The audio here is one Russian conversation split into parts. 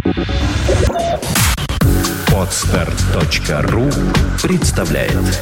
Podster.ru представляет.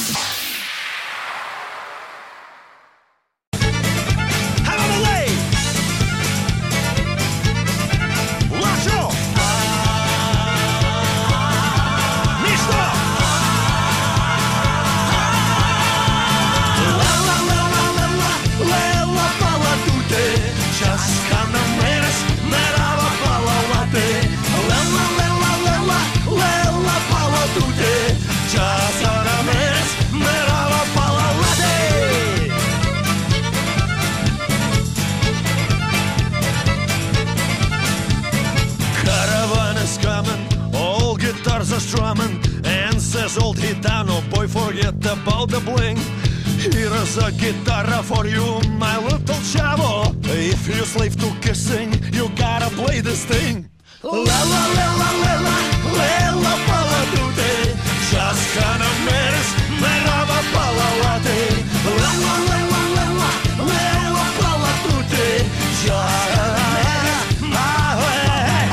Strumming and says old Gitano, boy, forget about the bling. Here's a guitar for you, my little chavo. If you slave to kissing, you gotta play this thing. La la la la la la la la palatute. Just kind of menace, merava palalate. La la la la la la la la palatute. Just kind of menace, my way.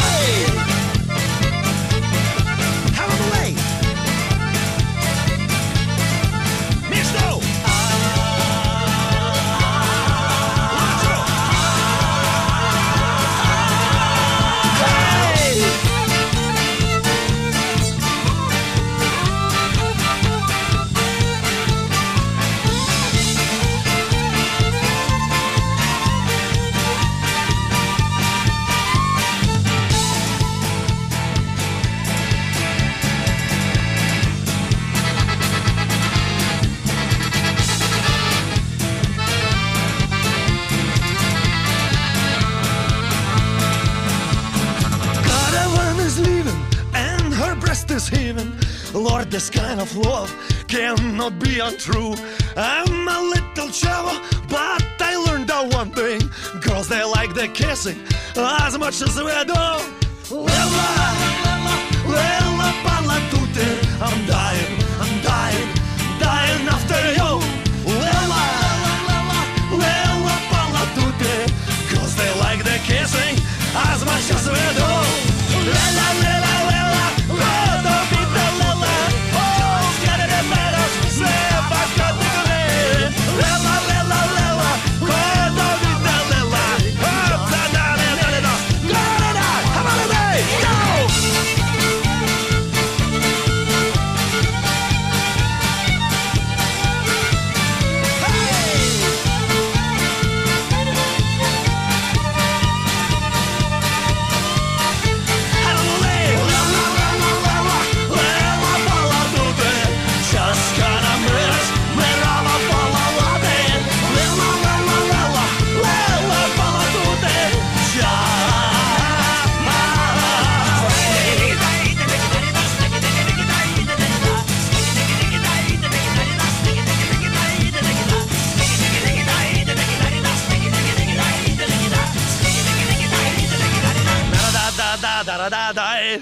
Is heaving. Lord, this kind of love cannot be untrue. I'm a little chavo, but I learned that one thing. Girls, they like the kissing as much as we do. Lella, lella, palatute. I'm dying, dying after you. Lella, lella, palatute. Girls, they like the kissing as much as we do. Lella, lella, lella. Да-да-да-да-да.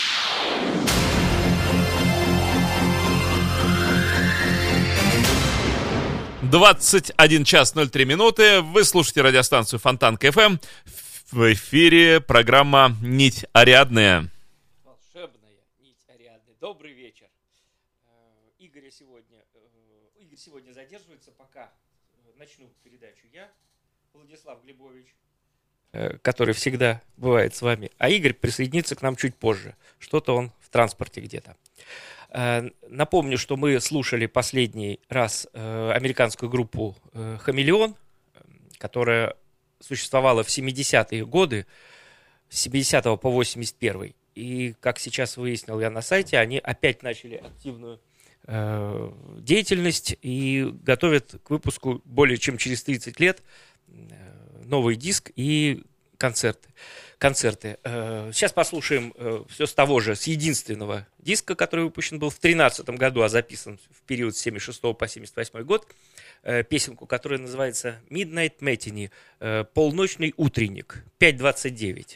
21 час 03 минуты. Вы слушаете радиостанцию Фонтанка ФМ. В эфире программа «Нить Ариадная». Волшебная нить Ариадны. Добрый вечер. Игорь сегодня задерживается, пока начну передачу я, Владислав Глебович, который всегда бывает с вами. А Игорь присоединится к нам чуть позже. Что-то он в транспорте где-то. Напомню, что мы слушали последний раз американскую группу «Хамелеон», которая существовала в 70-е годы, с 70 по 81. И, как сейчас выяснил я на сайте, они опять начали активную деятельность и готовят к выпуску более чем через 30 лет новый диск и концерты. Сейчас послушаем все с того же, с единственного диска, который выпущен был в 2013 году, а записан в период с 76 по 78 год. Песенку, которая называется «Midnight Matinee», «Полночный утренник», 5:29.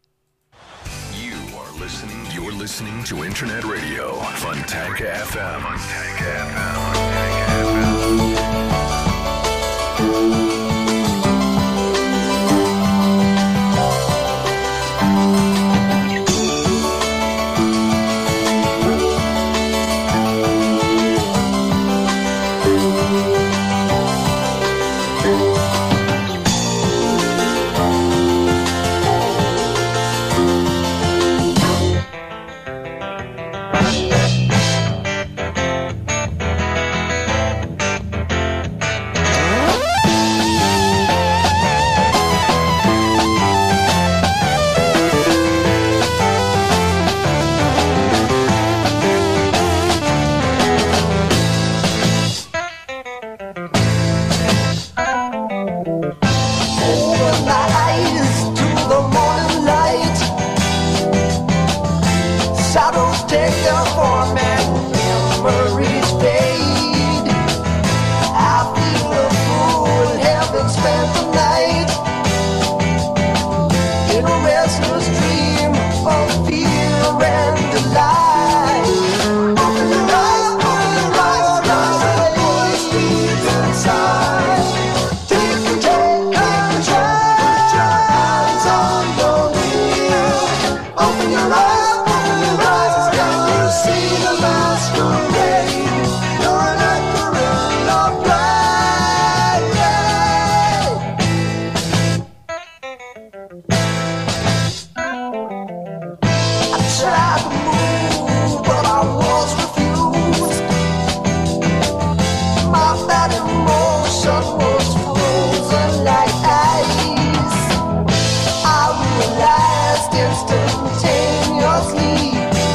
You're listening to Internet Radio, Fontanka FM. take their form and memories fade. I feel a fool having spent the night in a restless dream of fear and delight. Open your eyes, rise, the voice deep inside. Take control, hands on your wheel. Open your eyes, can you see the masquerade? You're an actor in a play. I tried to move, but I was refused. My bad emotion was frozen like ice. I realized instantaneously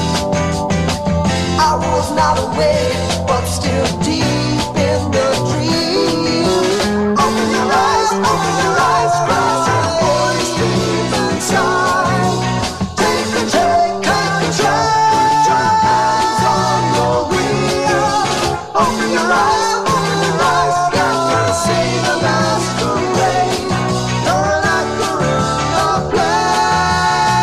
I was not awake, but still deep in the dream. Open your eyes, cries a voice deep inside. Take control, hands on your wheel. Open your eyes, can you see the masquerade? You're an actor in a play.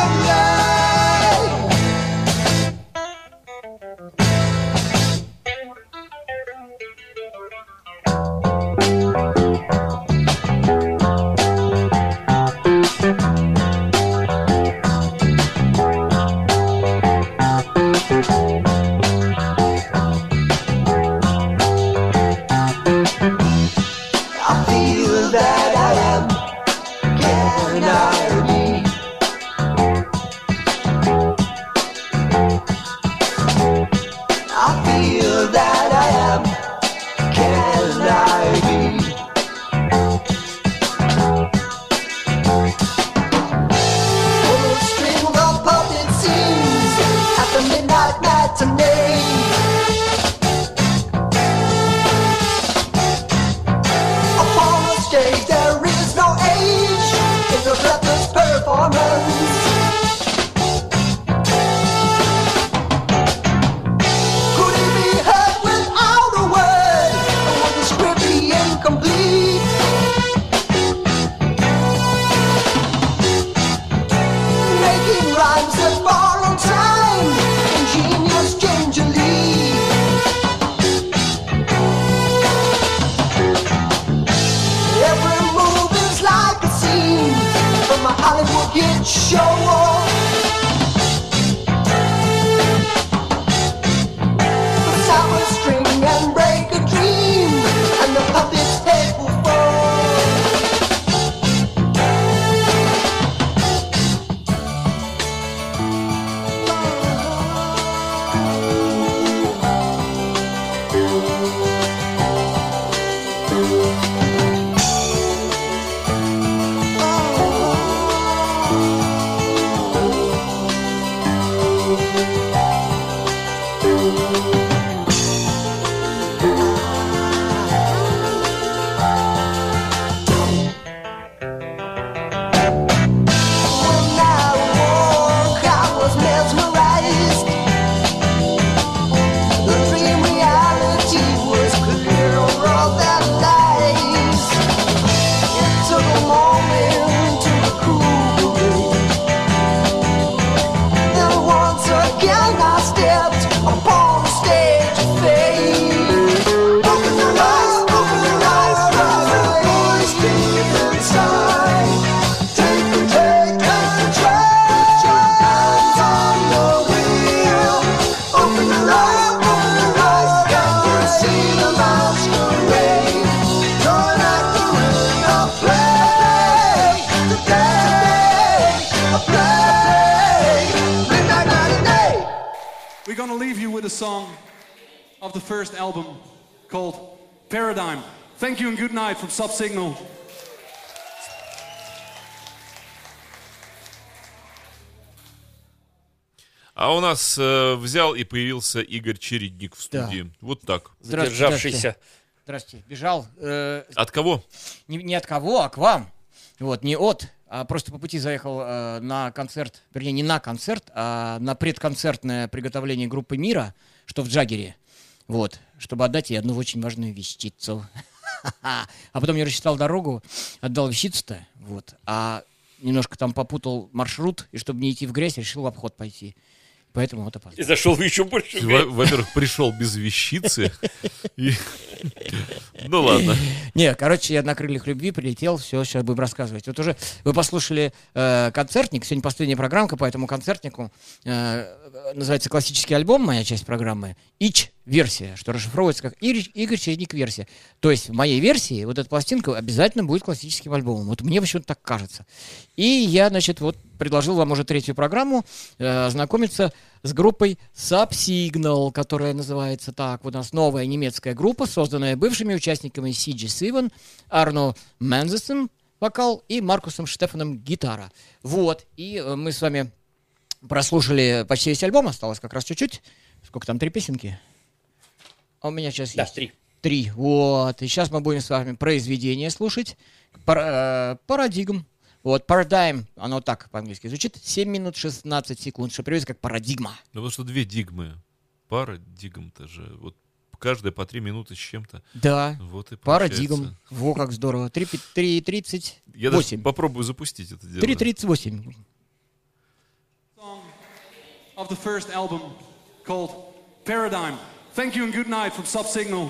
I feel that I am, can I be? I feel that I am, can I be? Full of string of puppet scenes at the midnight matinee. Upon the stage there is no age in the breathless performance. Could he be heard without a word? Or would the script be incomplete? Making rhymes that borrow time, ingenious gingerly. Every move is like a scene from a Hollywood hit show. Stop a string and break a dream, and the puppet's head will fall. When I woke, I was mesmerized. The dream reality was clearer than lies. It took a moment to recuperate. Then once again I stepped upon the stage of fate. Open your eyes, cries a voice deep inside. Take control, hands on your wheel. Open your eyes, can you see the masquerade? You're an actor in a play. Today, a play. Midnight matinee. We're gonna leave you with a song of the first album called Paradigm. Thank you and good night from Subsignal. А у нас взял и появился Игорь Чередник в студии. Да. Вот так. Задержавшийся. Здрасте. Бежал. От кого? Не от кого, а к вам. Вот, не от просто по пути заехал на концерт, вернее, не на концерт, а на предконцертное приготовление группы «Мира», что в Джаггере, вот, чтобы отдать ей одну очень важную вещицу. А потом не рассчитал дорогу, отдал вещицу-то, вот, а немножко там попутал маршрут, и чтобы не идти в грязь, решил в обход пойти. Поэтому вот опасно. И зашел в еще больше. Во-первых, пришел без вещицы. Ну ладно. Не, короче, я на крыльях любви прилетел, все, сейчас будем рассказывать. Вот уже вы послушали концертник, сегодня последняя программка по этому концертнику. Называется «Классический альбом», моя часть программы. ИЧ-версия, что расшифровывается как Игорь Чередник-версия. То есть в моей версии вот эта пластинка обязательно будет классическим альбомом. Вот мне почему-то так кажется. И я, значит, вот предложил вам уже третью программу знакомиться с группой Subsignal, которая называется так. Вот у нас новая немецкая группа, созданная бывшими участниками CG Seven, Арно Мензесом вокал и Маркусом Штефаном гитара. Вот, и мы с вами прослушали почти весь альбом, осталось как раз чуть-чуть. Сколько там, 3 песенки? А у меня сейчас Да, есть 3. 3, вот. И сейчас мы будем с вами произведение слушать. Парадигм. Вот, Paradigm, оно так по-английски звучит. 7 минут 16 секунд, что переводится как парадигма. Ну, потому что 2 дигмы. Парадигм-то же. Вот каждая по 3 минуты с чем-то. Да, Вот и парадигм. получается. Во, как здорово. 3.38. Я даже попробую запустить это дело. 3.38. Song of the first album called Paradigm. Thank you and good night from Subsignal.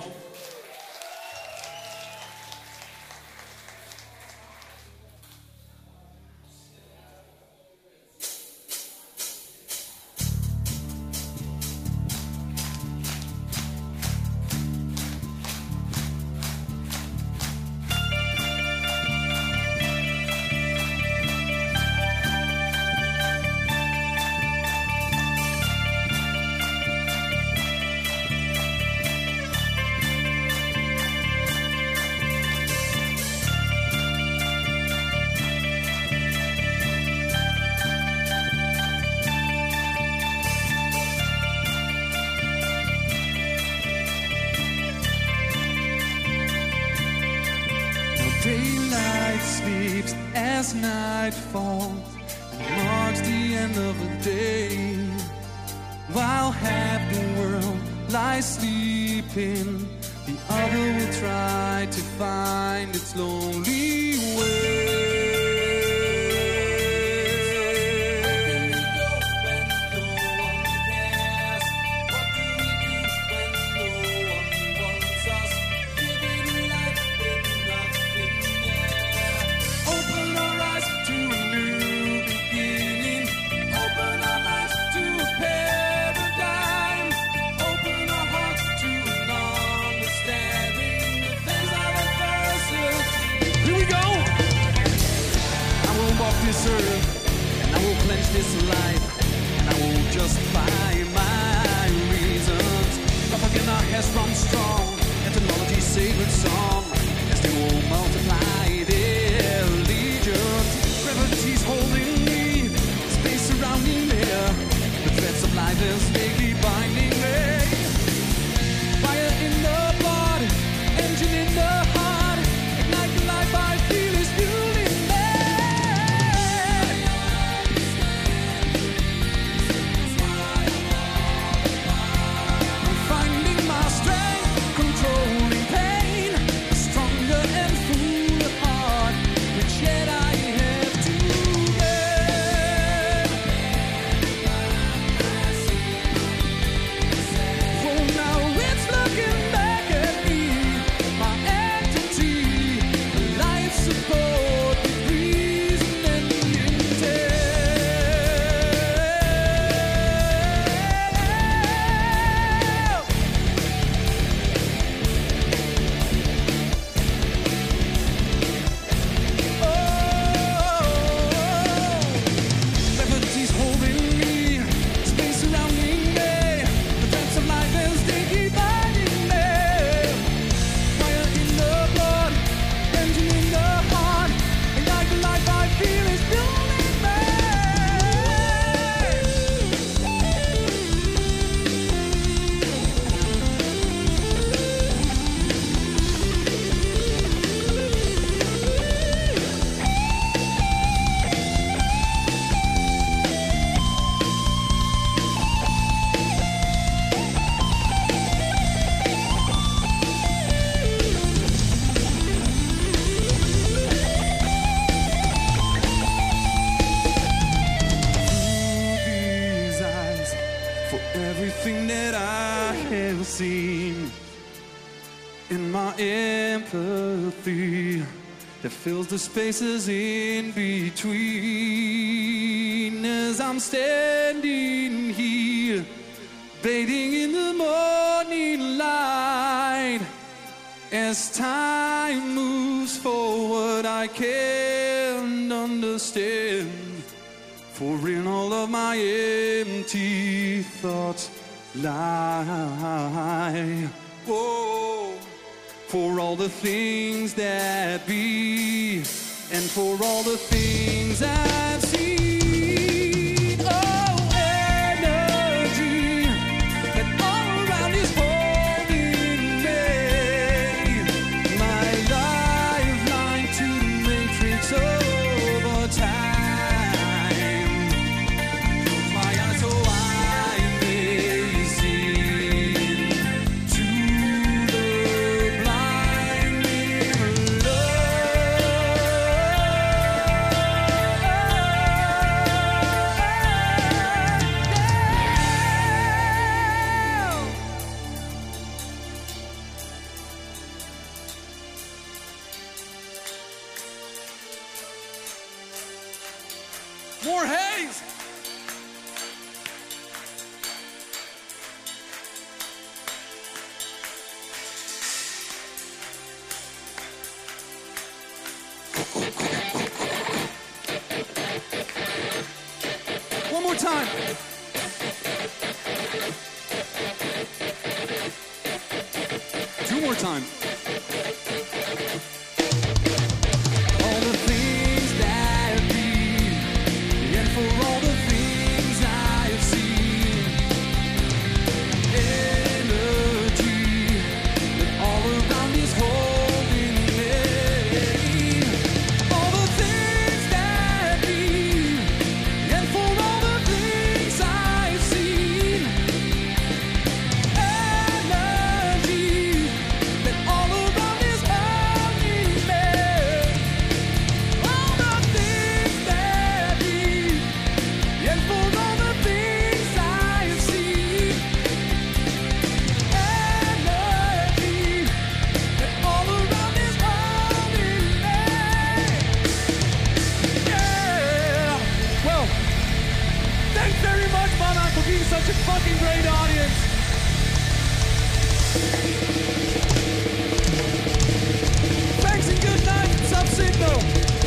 Daylight sleeps as night falls and marks the end of the day, while half the world lies sleeping, the other will try to find its lonely way. And I will clench this life, and I will justify my reasons. Propaganda has run strong, and technology's sacred song, as they will multiply their legions. Gravity's holding me, space surrounding me, the threats of life is vaguely binding me. Fire in the blood, engine in the heart, ignite the life I feel is fueling me. for everything that I have seen, and my empathy that fills the spaces in between. As I'm standing here, bathing in the morning light, as time moves forward, I can't understand. For in all of my empty thoughts lie, oh, for all the things that be, and for all the things I've seen. Oh, energy that all around is holding me, my lifeline to the matrix over time. Close my eyes so I may see to the blinding love. More haze! One more time. Two more time. All the things that be, and for all the things I've seen, energy that all around is holding me. All the things that be, and for all the things I've seen, energy that all around is holding me. All the things that be, and for all the things I've seen, energy that all around is holding me. Yeah. Well, thanks very much, Monarch, for being such a fucking great audience. Thanks and good night, Sub-Signal.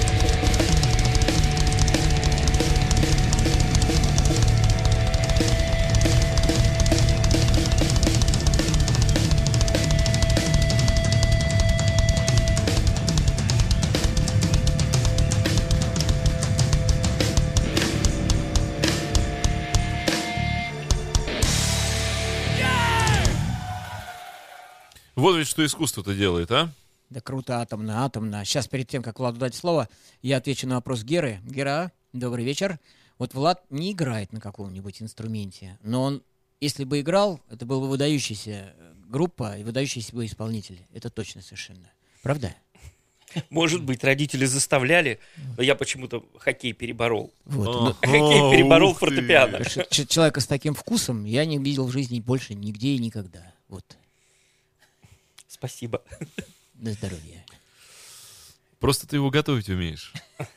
Вот ведь что искусство-то делает, а? Да круто, атомно, атомно. Сейчас, перед тем, как Владу дать слово, я отвечу на вопрос Геры. Гера, добрый вечер. Вот Влад не играет на каком-нибудь инструменте, но он, если бы играл, это была бы выдающаяся группа и выдающийся бы исполнитель. Это точно совершенно. Правда? Может быть, родители заставляли, но я почему-то хоккей переборол. Вот. Хоккей переборол ух ты. фортепиано. Человека с таким вкусом я не видел в жизни больше нигде и никогда. Вот. Спасибо. На здоровье. Просто ты его готовить умеешь.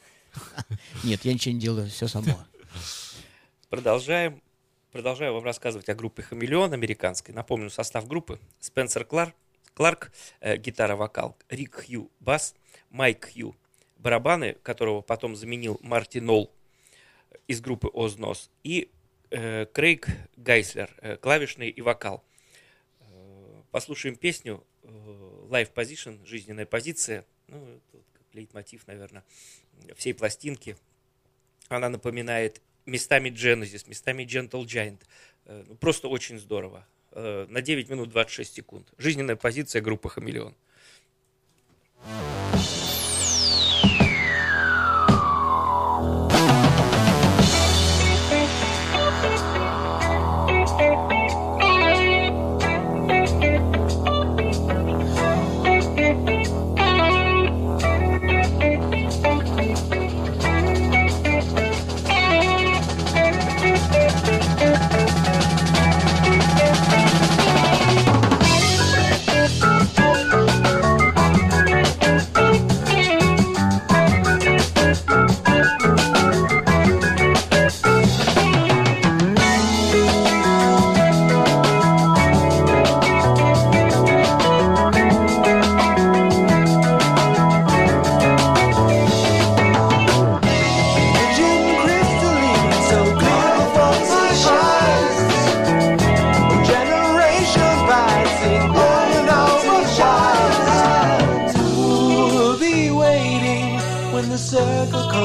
Нет, я ничего не делаю, все само. Продолжаю вам рассказывать о группе «Хамелеон» американской. Напомню, состав группы: Спенсер Кларк, гитара-вокал, Рик Хью, бас, Майк Хью, барабаны, которого потом заменил Марти Нолл из группы Оз-Ноз, и Крейг Гайслер, клавишный и вокал. Послушаем песню Life Position, жизненная позиция. Ну, это вот как лейтмотив, наверное, всей пластинки. Она напоминает местами Genesis, местами Gentle Giant. Просто очень здорово. На 9 минут 26 секунд. Жизненная позиция группы «Хамелеон». Thank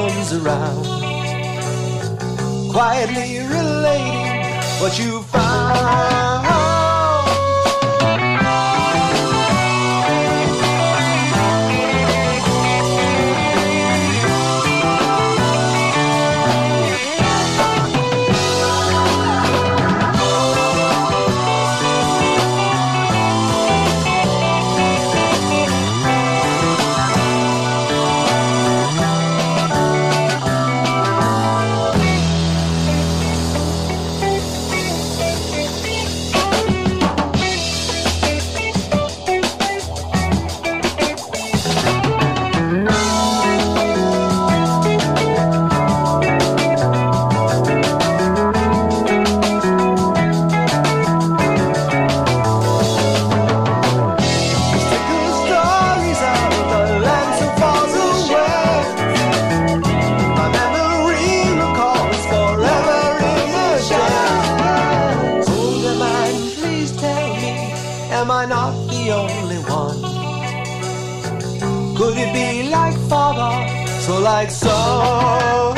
comes around, quietly relating what you found. Am I not the only one? Could it be like father, so like son?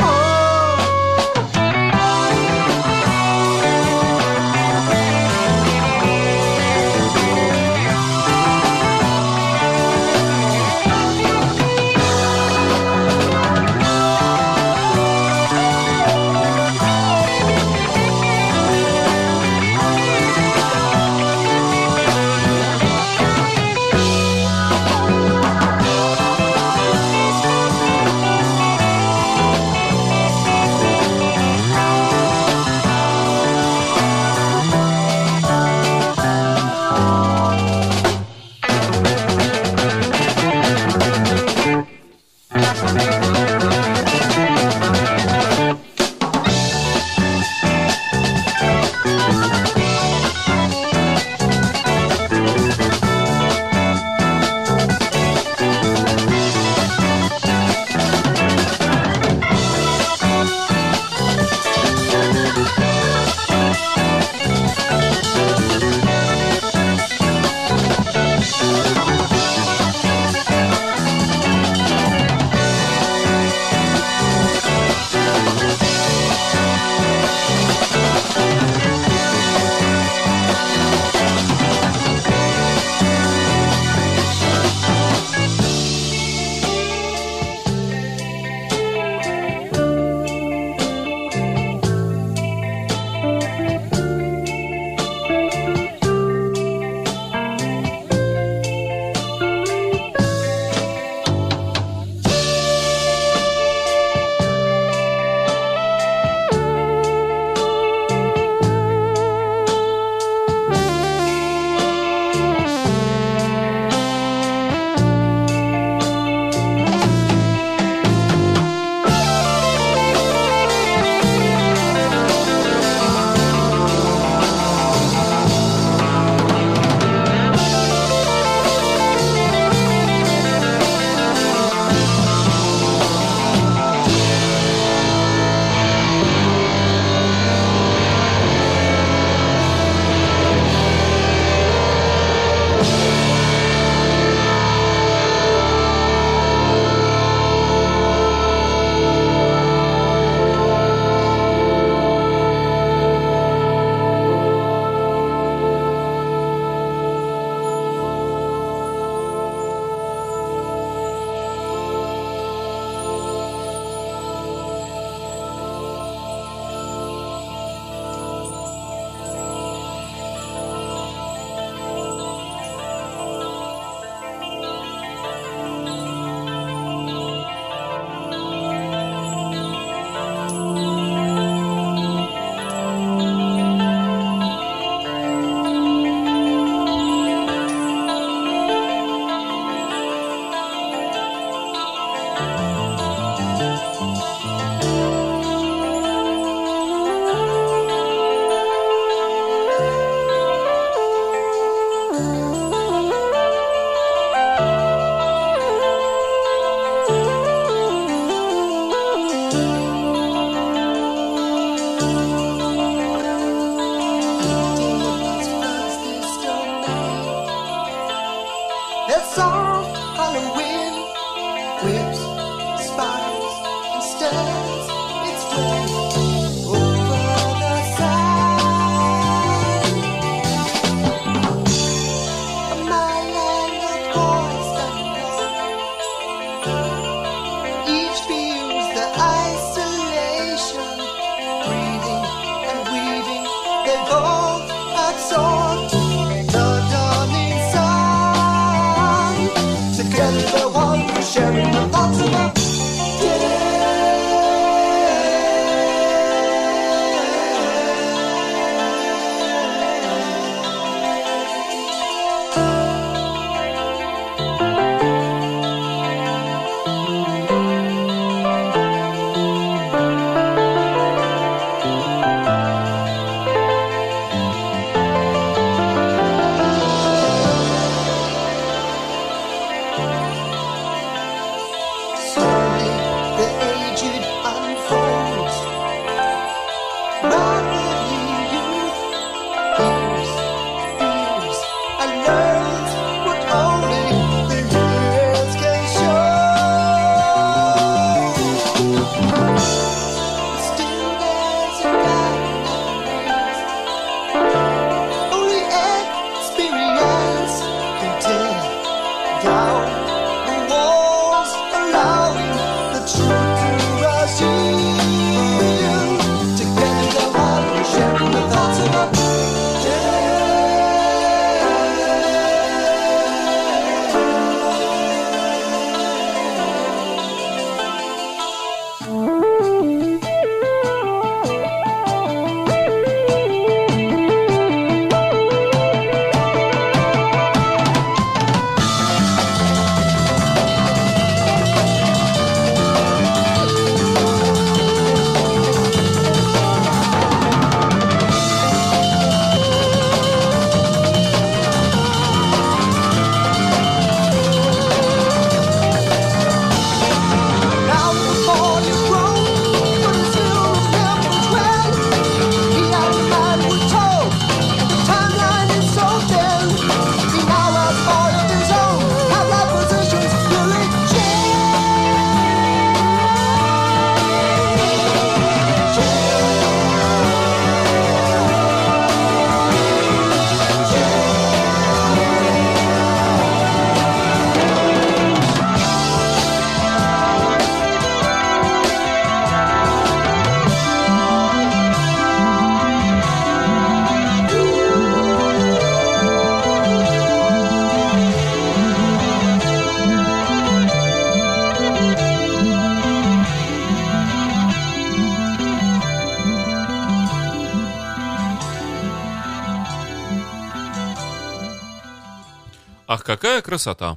Ах, какая красота.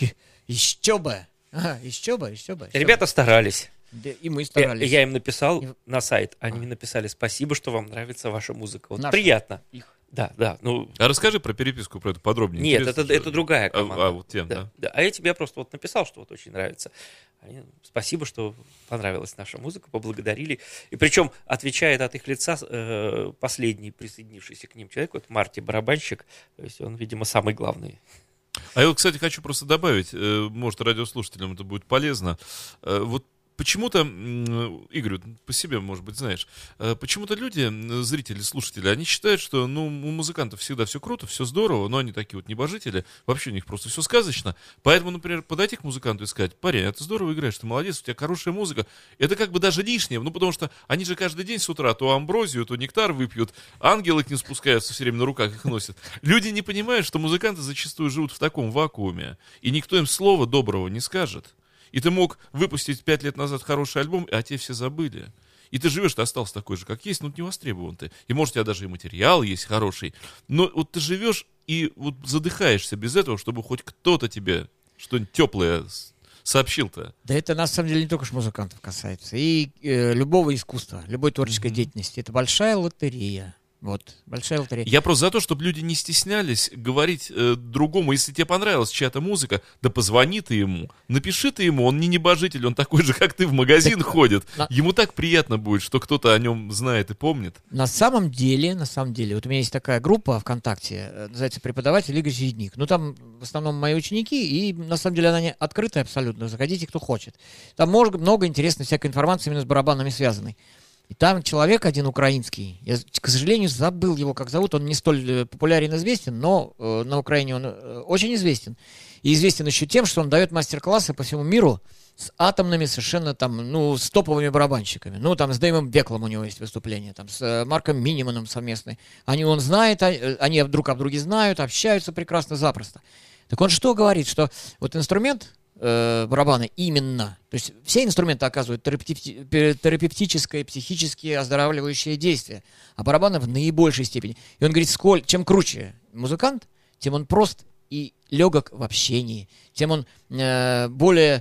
Еще бы. Еще бы. Ребята старались. Да, и мы старались. Я им написал на сайт, они мне написали: спасибо, что вам нравится ваша музыка. Вот Наша. приятно. Их. Да, ну... А расскажи про переписку, про это подробнее. Нет, Интересно, это другая команда. вот тем, да. А я тебе просто вот написал, что вот очень нравится. Спасибо, что понравилась наша музыка, поблагодарили. И причем отвечает от их лица последний присоединившийся к ним человек, вот Марти, барабанщик, то есть он, видимо, самый главный. А я вот, кстати, хочу просто добавить, может, радиослушателям это будет полезно. Вот почему-то, Игорь, вот по себе, может быть, знаешь, почему-то люди, зрители, слушатели, они считают, что, у музыкантов всегда все круто, все здорово, но они такие вот небожители, вообще у них просто все сказочно. Поэтому, например, подойти к музыканту и сказать: парень, а ты здорово играешь, ты молодец, у тебя хорошая музыка. Это как бы даже лишнее, потому что они же каждый день с утра то амброзию, то нектар выпьют, ангелы к ним спускаются, все время на руках их носят. Люди не понимают, что музыканты зачастую живут в таком вакууме, и никто им слова доброго не скажет. И ты мог выпустить 5 лет назад хороший альбом, а те все забыли. И ты живешь, ты остался такой же, как есть, но не востребован ты. И может, у тебя даже и материал есть хороший. Но вот ты живешь и вот задыхаешься без этого, чтобы хоть кто-то тебе что-нибудь теплое сообщил-то. Да это на самом деле не только ж музыкантов касается. И любого искусства, любой творческой деятельности. Это большая лотерея. Вот, большая лотерея. Я просто за то, чтобы люди не стеснялись говорить другому, если тебе понравилась чья-то музыка, да позвони ты ему, напиши ты ему, он не небожитель, он такой же, как ты, в магазин ходит. Ему так приятно будет, что кто-то о нем знает и помнит. На самом деле, вот у меня есть такая группа ВКонтакте, называется «Преподаватель Игорь Середник». Ну, там в основном мои ученики, и на самом деле она не открытая абсолютно, заходите, кто хочет. Там много интересной всякой информации именно с барабанами связанной. И там человек один украинский, я, к сожалению, забыл его, как зовут, он не столь популярен и известен, но на Украине он очень известен. И известен еще тем, что он дает мастер-классы по всему миру с атомными совершенно там, с топовыми барабанщиками. Там с Дэйвом Беклом у него есть выступление, там с Марком Миниманом совместные. Он знает, они друг об друге знают, общаются прекрасно, запросто. Так он что говорит, что вот инструмент барабаны именно, то есть все инструменты оказывают терапевтическое, психические, оздоравливающее действие, а барабаны в наибольшей степени. И он говорит, чем круче музыкант, тем он прост и легок в общении, тем он более,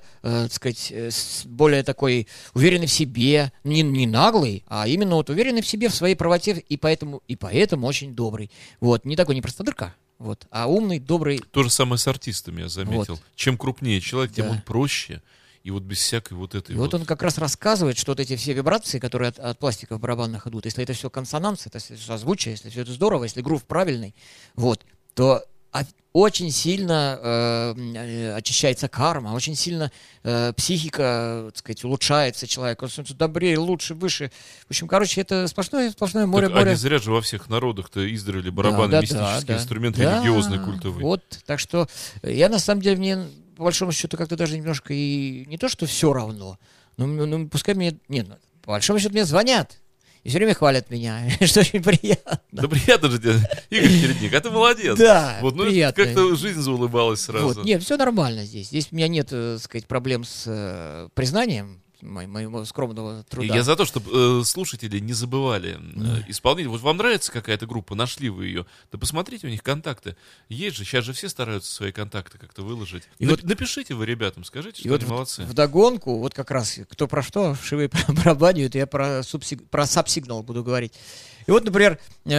более такой уверенный в себе, не наглый, а именно вот уверенный в себе, в своей правоте, и поэтому очень добрый. Вот, не такой, не простодырка. Вот, а умный, добрый. То же самое с артистами, я заметил. Вот. Чем крупнее человек, тем Да. он проще. И вот без всякой вот этой И вот он как раз рассказывает, что вот эти все вибрации, которые от пластиков барабанных идут, если это все консонанс, это все созвучие, если все это здорово, если грув правильный, вот, то очень сильно очищается карма, очень сильно психика, так сказать, улучшается человек, он становится добрее, лучше, выше. В общем, это сплошное море. Так, а не зря же во всех народах-то издрали барабаны, мистический инструмент, религиозный, культовый. Вот, так что я на самом деле, мне по большому счету как-то даже немножко и не то, что все равно, но пускай мне, по большому счету мне звонят. И все время хвалят меня, что очень приятно. Да приятно же тебе, Игорь Середник, а ты молодец. Да, вот, приятно. Как-то жизнь заулыбалась сразу. Вот, нет, все нормально здесь. Здесь у меня нет, так сказать, проблем с признанием моего скромного труда. Я за то, чтобы слушатели не забывали исполнителей. Вот вам нравится какая-то группа, нашли вы ее, да посмотрите у них контакты. Есть же, сейчас же все стараются свои контакты как-то выложить. И вот напишите вы ребятам, скажите, что и они вот молодцы. вдогонку, вот как раз, кто про что, вшивые барабанят, я про сабсигнал буду говорить. И вот, например,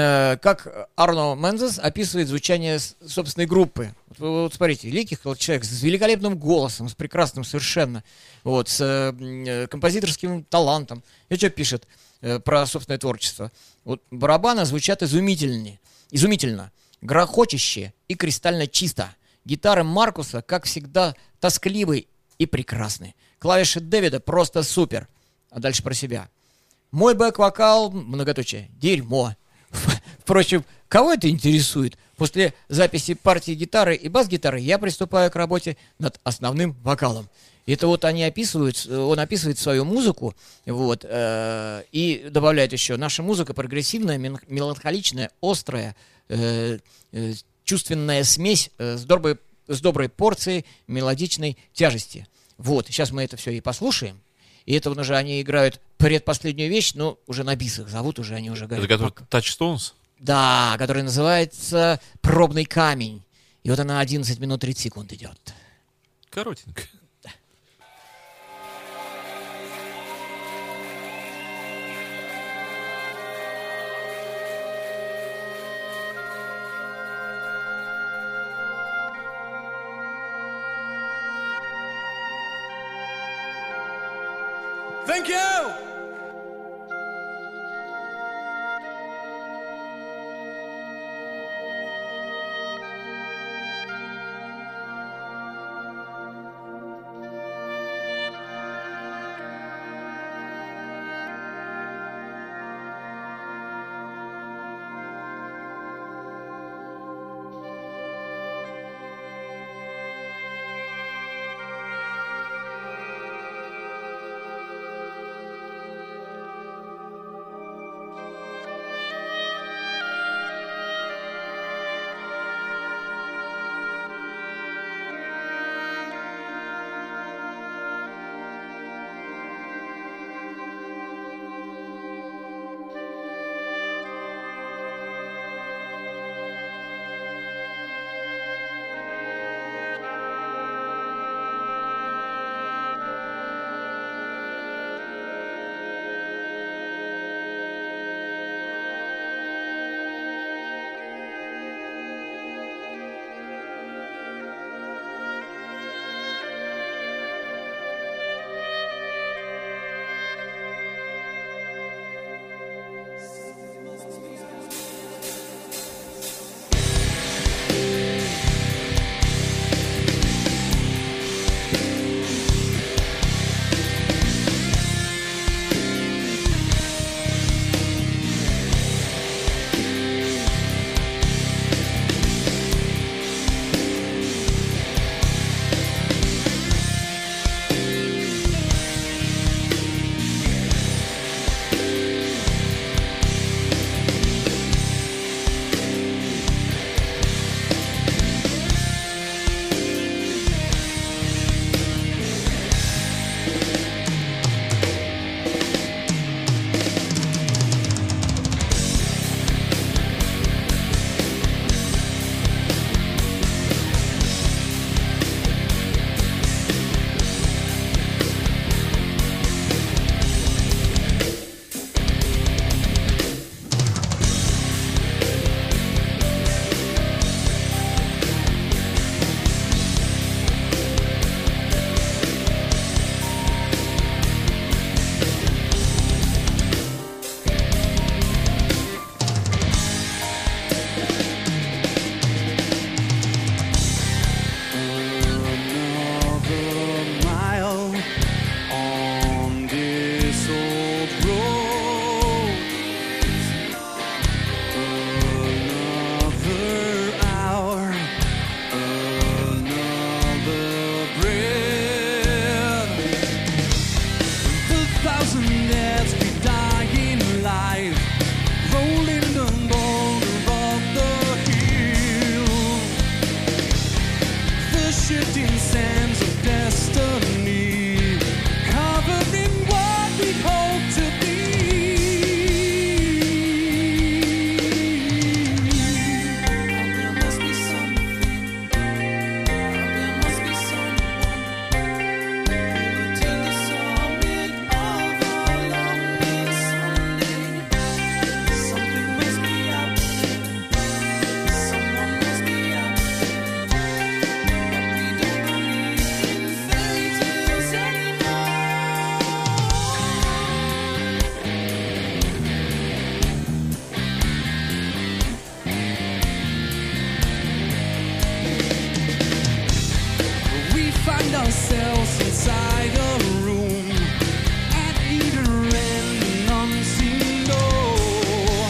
как Арно Мензес описывает звучание собственной группы. Вот смотрите, великий человек с великолепным голосом, с прекрасным совершенно, вот, с композиторским талантом. И что пишет про собственное творчество? Вот барабаны звучат изумительно, грохочеще и кристально чисто. Гитары Маркуса, как всегда, тоскливы и прекрасны. Клавиши Дэвида просто супер. А дальше про себя. Мой бэк-вокал, многоточие, дерьмо. Впрочем, кого это интересует? После записи партии гитары и бас-гитары я приступаю к работе над основным вокалом. Это вот он описывает свою музыку, вот, и добавляет еще, наша музыка прогрессивная, меланхоличная, острая, чувственная смесь с доброй порцией мелодичной тяжести. Вот, сейчас мы это все и послушаем. И это уже они играют предпоследнюю вещь, но уже на бисах зовут, уже они уже говорят. Это который Touchstones? Да, который называется «Пробный камень». И вот она 11 минут 30 секунд идет. Коротенько. Thank you! ourselves inside a room at either end, an unseen door.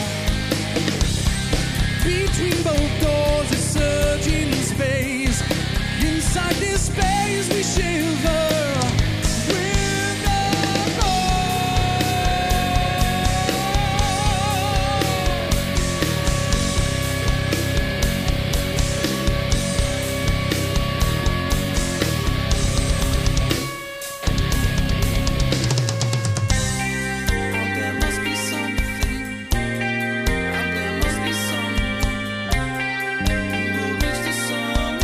Between both doors, a surging space. Inside this space, we shiver. With the there must be something. There must be someone who reached the sun.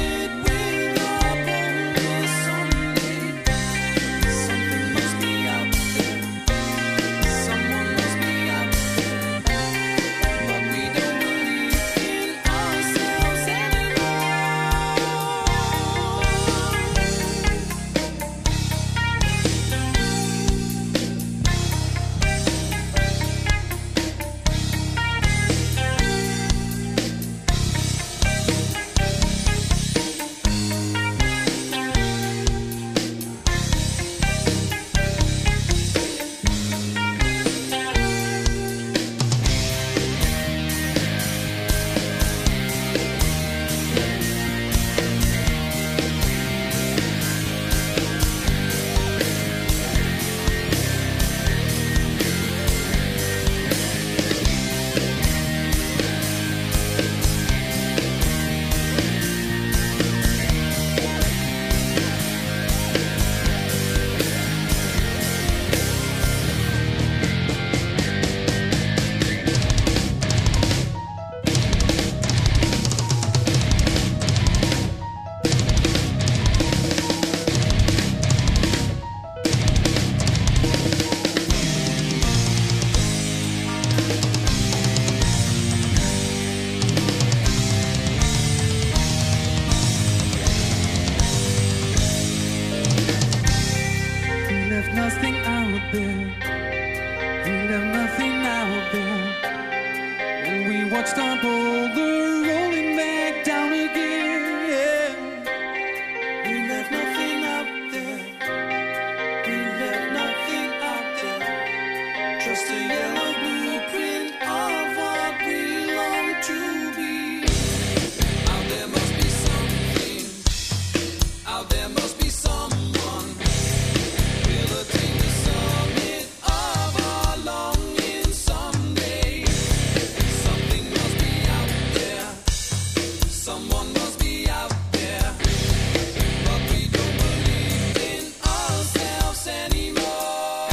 watched our boulder rolling back down again. Yeah. We left nothing out there. We left nothing out there. Just a yellow blueprint of what we long to be. Out there must be something. Out there must be someone. We'll attain the summit of our longing someday. Something must be out there. Someone must be out there. But we don't believe in ourselves anymore.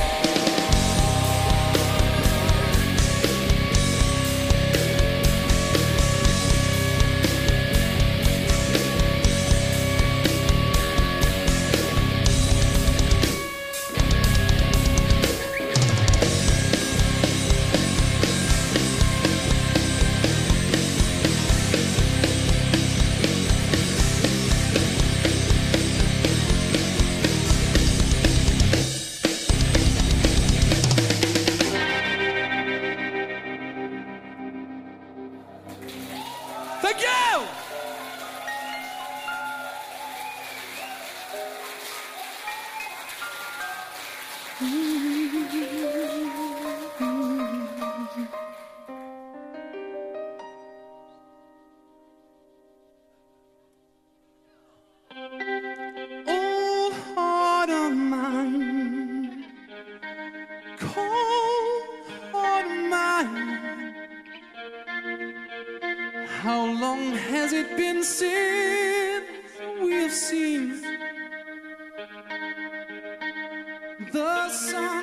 Thank you! Old heart of mine, cold heart of mine. How long has it been since we have seen the sun?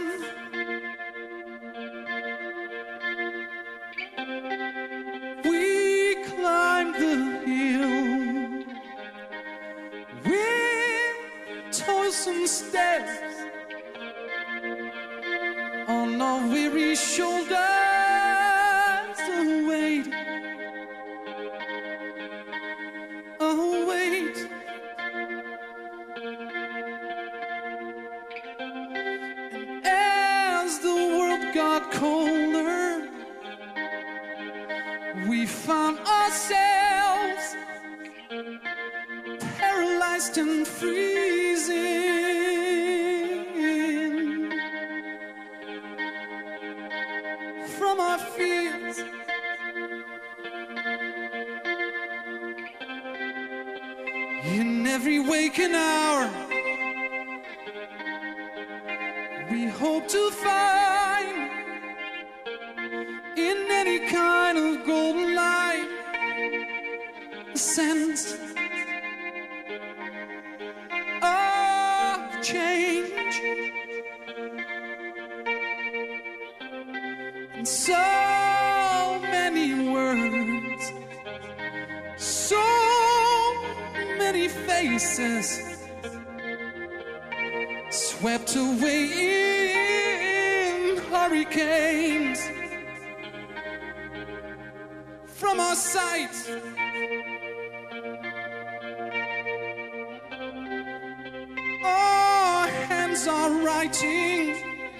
We climbed the hill with toilsome steps on our weary shoulders. The weight, oh wait, and as the world got colder, we found ourselves paralyzed and freezing. From our fears, in every waking hour, we hope to find in any kind of golden light a sense of change. And so many words, so many faces swept away in hurricanes from our sight. Our hands are writing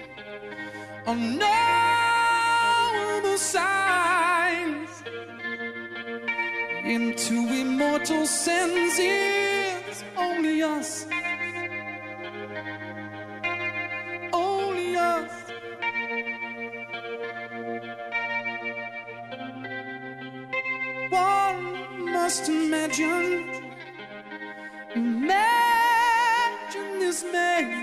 unknowable signs into immortal senses. Only us, only us. One must imagine this man.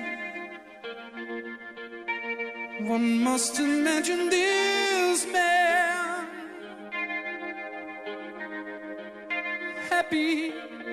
One must imagine this man happy.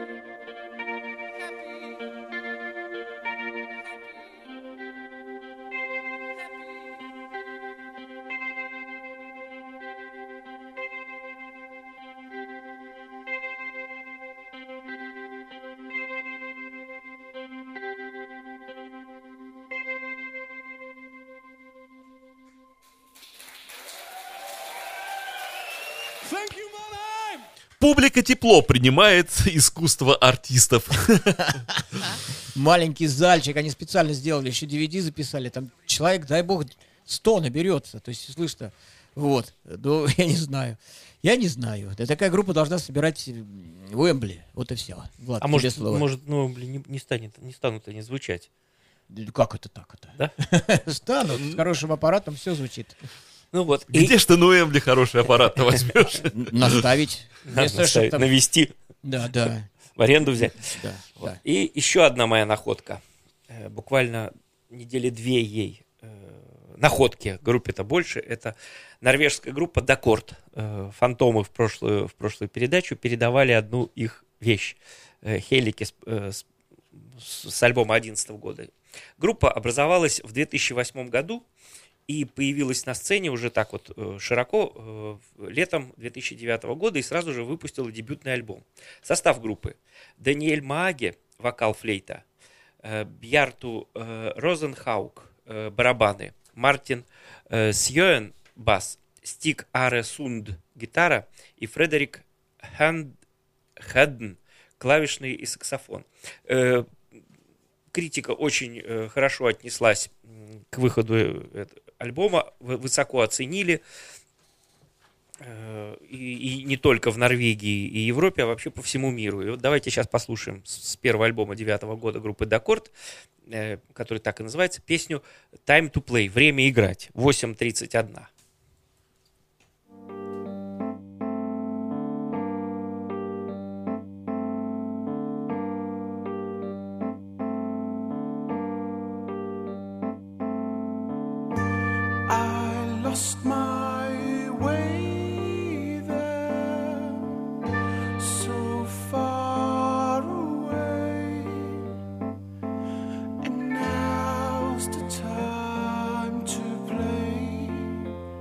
Thank you, Mannheim! Публика тепло принимает искусство артистов. Маленький зальчик, они специально сделали, еще DVD записали, там человек, дай бог, 100 наберется, то есть слышно, Вот. Ну, я не знаю. Я не знаю. Да такая группа должна собирать в Уэмбли. Вот и все. Влад, А тебе может, слово. может, ну, блин, не станут они звучать. Да как это так это? Да? Станут. С хорошим аппаратом все звучит. Ну вот. Где ж ты на Уэмбли хороший аппарат-то возьмешь? Наставить. Вместо, чтоб там- навести, Да, да. в аренду взять. Да, Вот. да. И еще одна моя находка. Буквально недели 2 ей находки, группе-то больше. Это норвежская группа Дакорд. Фантомы в прошлую передачу передавали одну их вещь. Хелики с альбома 2011 года. Группа образовалась в 2008 году и появилась на сцене уже так вот широко летом 2009 года и сразу же выпустила дебютный альбом. Состав группы: Даниэль Мааге, вокал, флейта, Бьярту Розенхаук, барабаны, Мартин Сьёен, бас, Стик Аре Сунд, гитара и Фредерик Хедн, клавишный и саксофон. Критика очень хорошо отнеслась к выходу альбома, высоко оценили. И не только в Норвегии и Европе, а вообще по всему миру. И вот давайте сейчас послушаем с первого альбома 2009 года группы Дакорд, который так и называется, песню «Time to Play», «Время играть», 8:31. I lost my way there, so far away, and now's the time to play.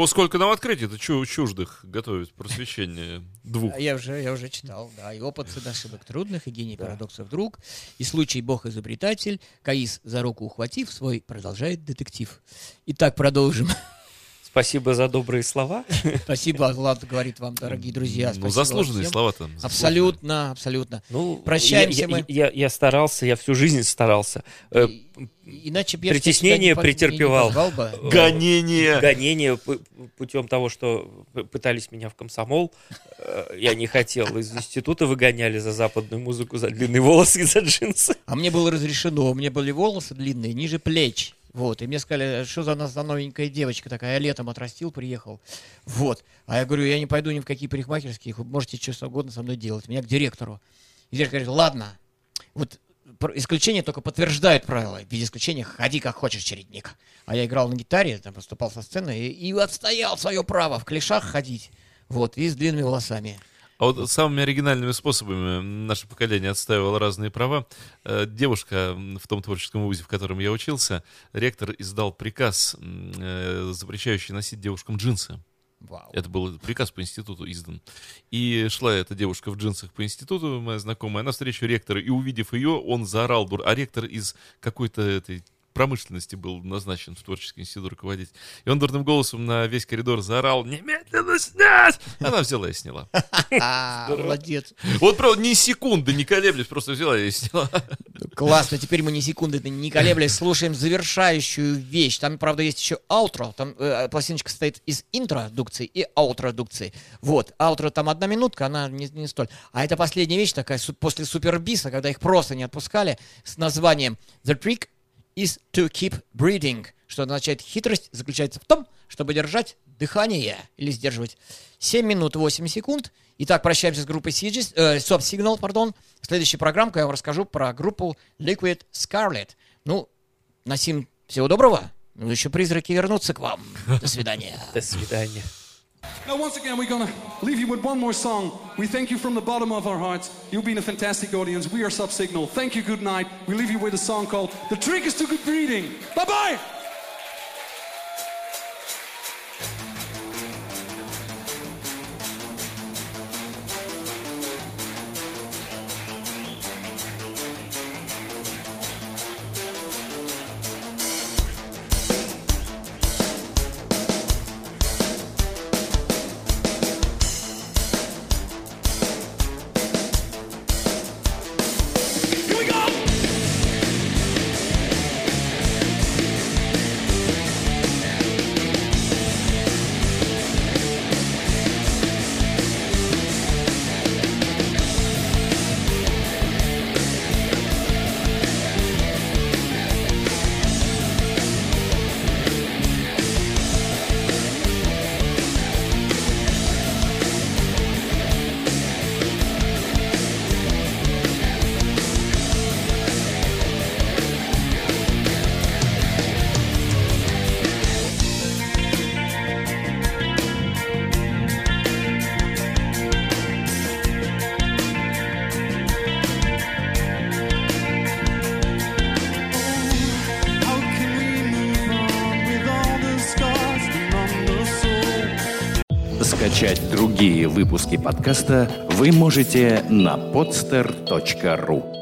О, сколько нам открытий-то чуждых готовит просвещение двух. Я уже читал, да. И опыт сын ошибок трудных, и гений парадоксов друг, и случай бог-изобретатель, Каис за руку ухватив, свой продолжает детектив. Итак, продолжим. Спасибо за добрые слова. Спасибо, Влад говорит вам, дорогие друзья. Ну, Спасибо заслуженные всем. слова там. Абсолютно, абсолютно. Ну, Прощаемся мы. Я старался, я всю жизнь старался. Иначе бы я Притеснение тебя сюда не претерпевал. позвал бы. Гонение. Гонение путем того, что пытались меня в комсомол. Я не хотел. Из института выгоняли за западную музыку, за длинные волосы и за джинсы. А мне было разрешено, у меня были волосы длинные, ниже плеч. Вот, и мне сказали, что за нас за новенькая девочка такая, я летом отрастил, приехал. Вот, а я говорю, я не пойду ни в какие парикмахерские, вы можете что угодно со мной делать, меня к директору. И директор говорит, ладно, вот исключения только подтверждают правила, без исключения ходи как хочешь, чередник. А я играл на гитаре, там выступал со сцены и отстоял свое право в клешах ходить, вот, и с длинными волосами. А вот самыми оригинальными способами наше поколение отстаивало разные права. Девушка в том творческом вузе, в котором я учился, ректор издал приказ, запрещающий носить девушкам джинсы. Вау. Это был приказ по институту издан. И шла эта девушка в джинсах по институту, моя знакомая, на встречу ректора, и увидев ее, он заорал, а ректор из какой-то этой промышленности был назначен в творческий институт руководить. И он дурным голосом на весь коридор заорал: «Немедленно снять!» Она взяла и сняла. Молодец. Вот, правда, ни секунды не колеблясь, просто взяла и сняла. Классно, теперь мы ни секунды не колеблясь слушаем завершающую вещь. Там, правда, есть еще аутро. Там пластиночка состоит из интродукции и аутродукции. Вот, аутро там 1 минутка, она не столь. А это последняя вещь такая, после супербиса, когда их просто не отпускали, с названием «The Trick is to keep breathing», что означает хитрость заключается в том, чтобы держать дыхание или сдерживать 7 минут 8 секунд. Итак, прощаемся с группой Sob Signal, пардон. В следующей программке я вам расскажу про группу Liquid Scarlet. Ну, Насим, всего доброго. Ну, еще призраки вернутся к вам. До свидания. До свидания. Now, once again, we're going to leave you with one more song. We thank you from the bottom of our hearts. You've been a fantastic audience. We are Sob Signal. Thank you, good night. We leave you with a song called The Trick is to Good Breeding. Bye-bye! Скачать другие выпуски подкаста вы можете на podster.ru.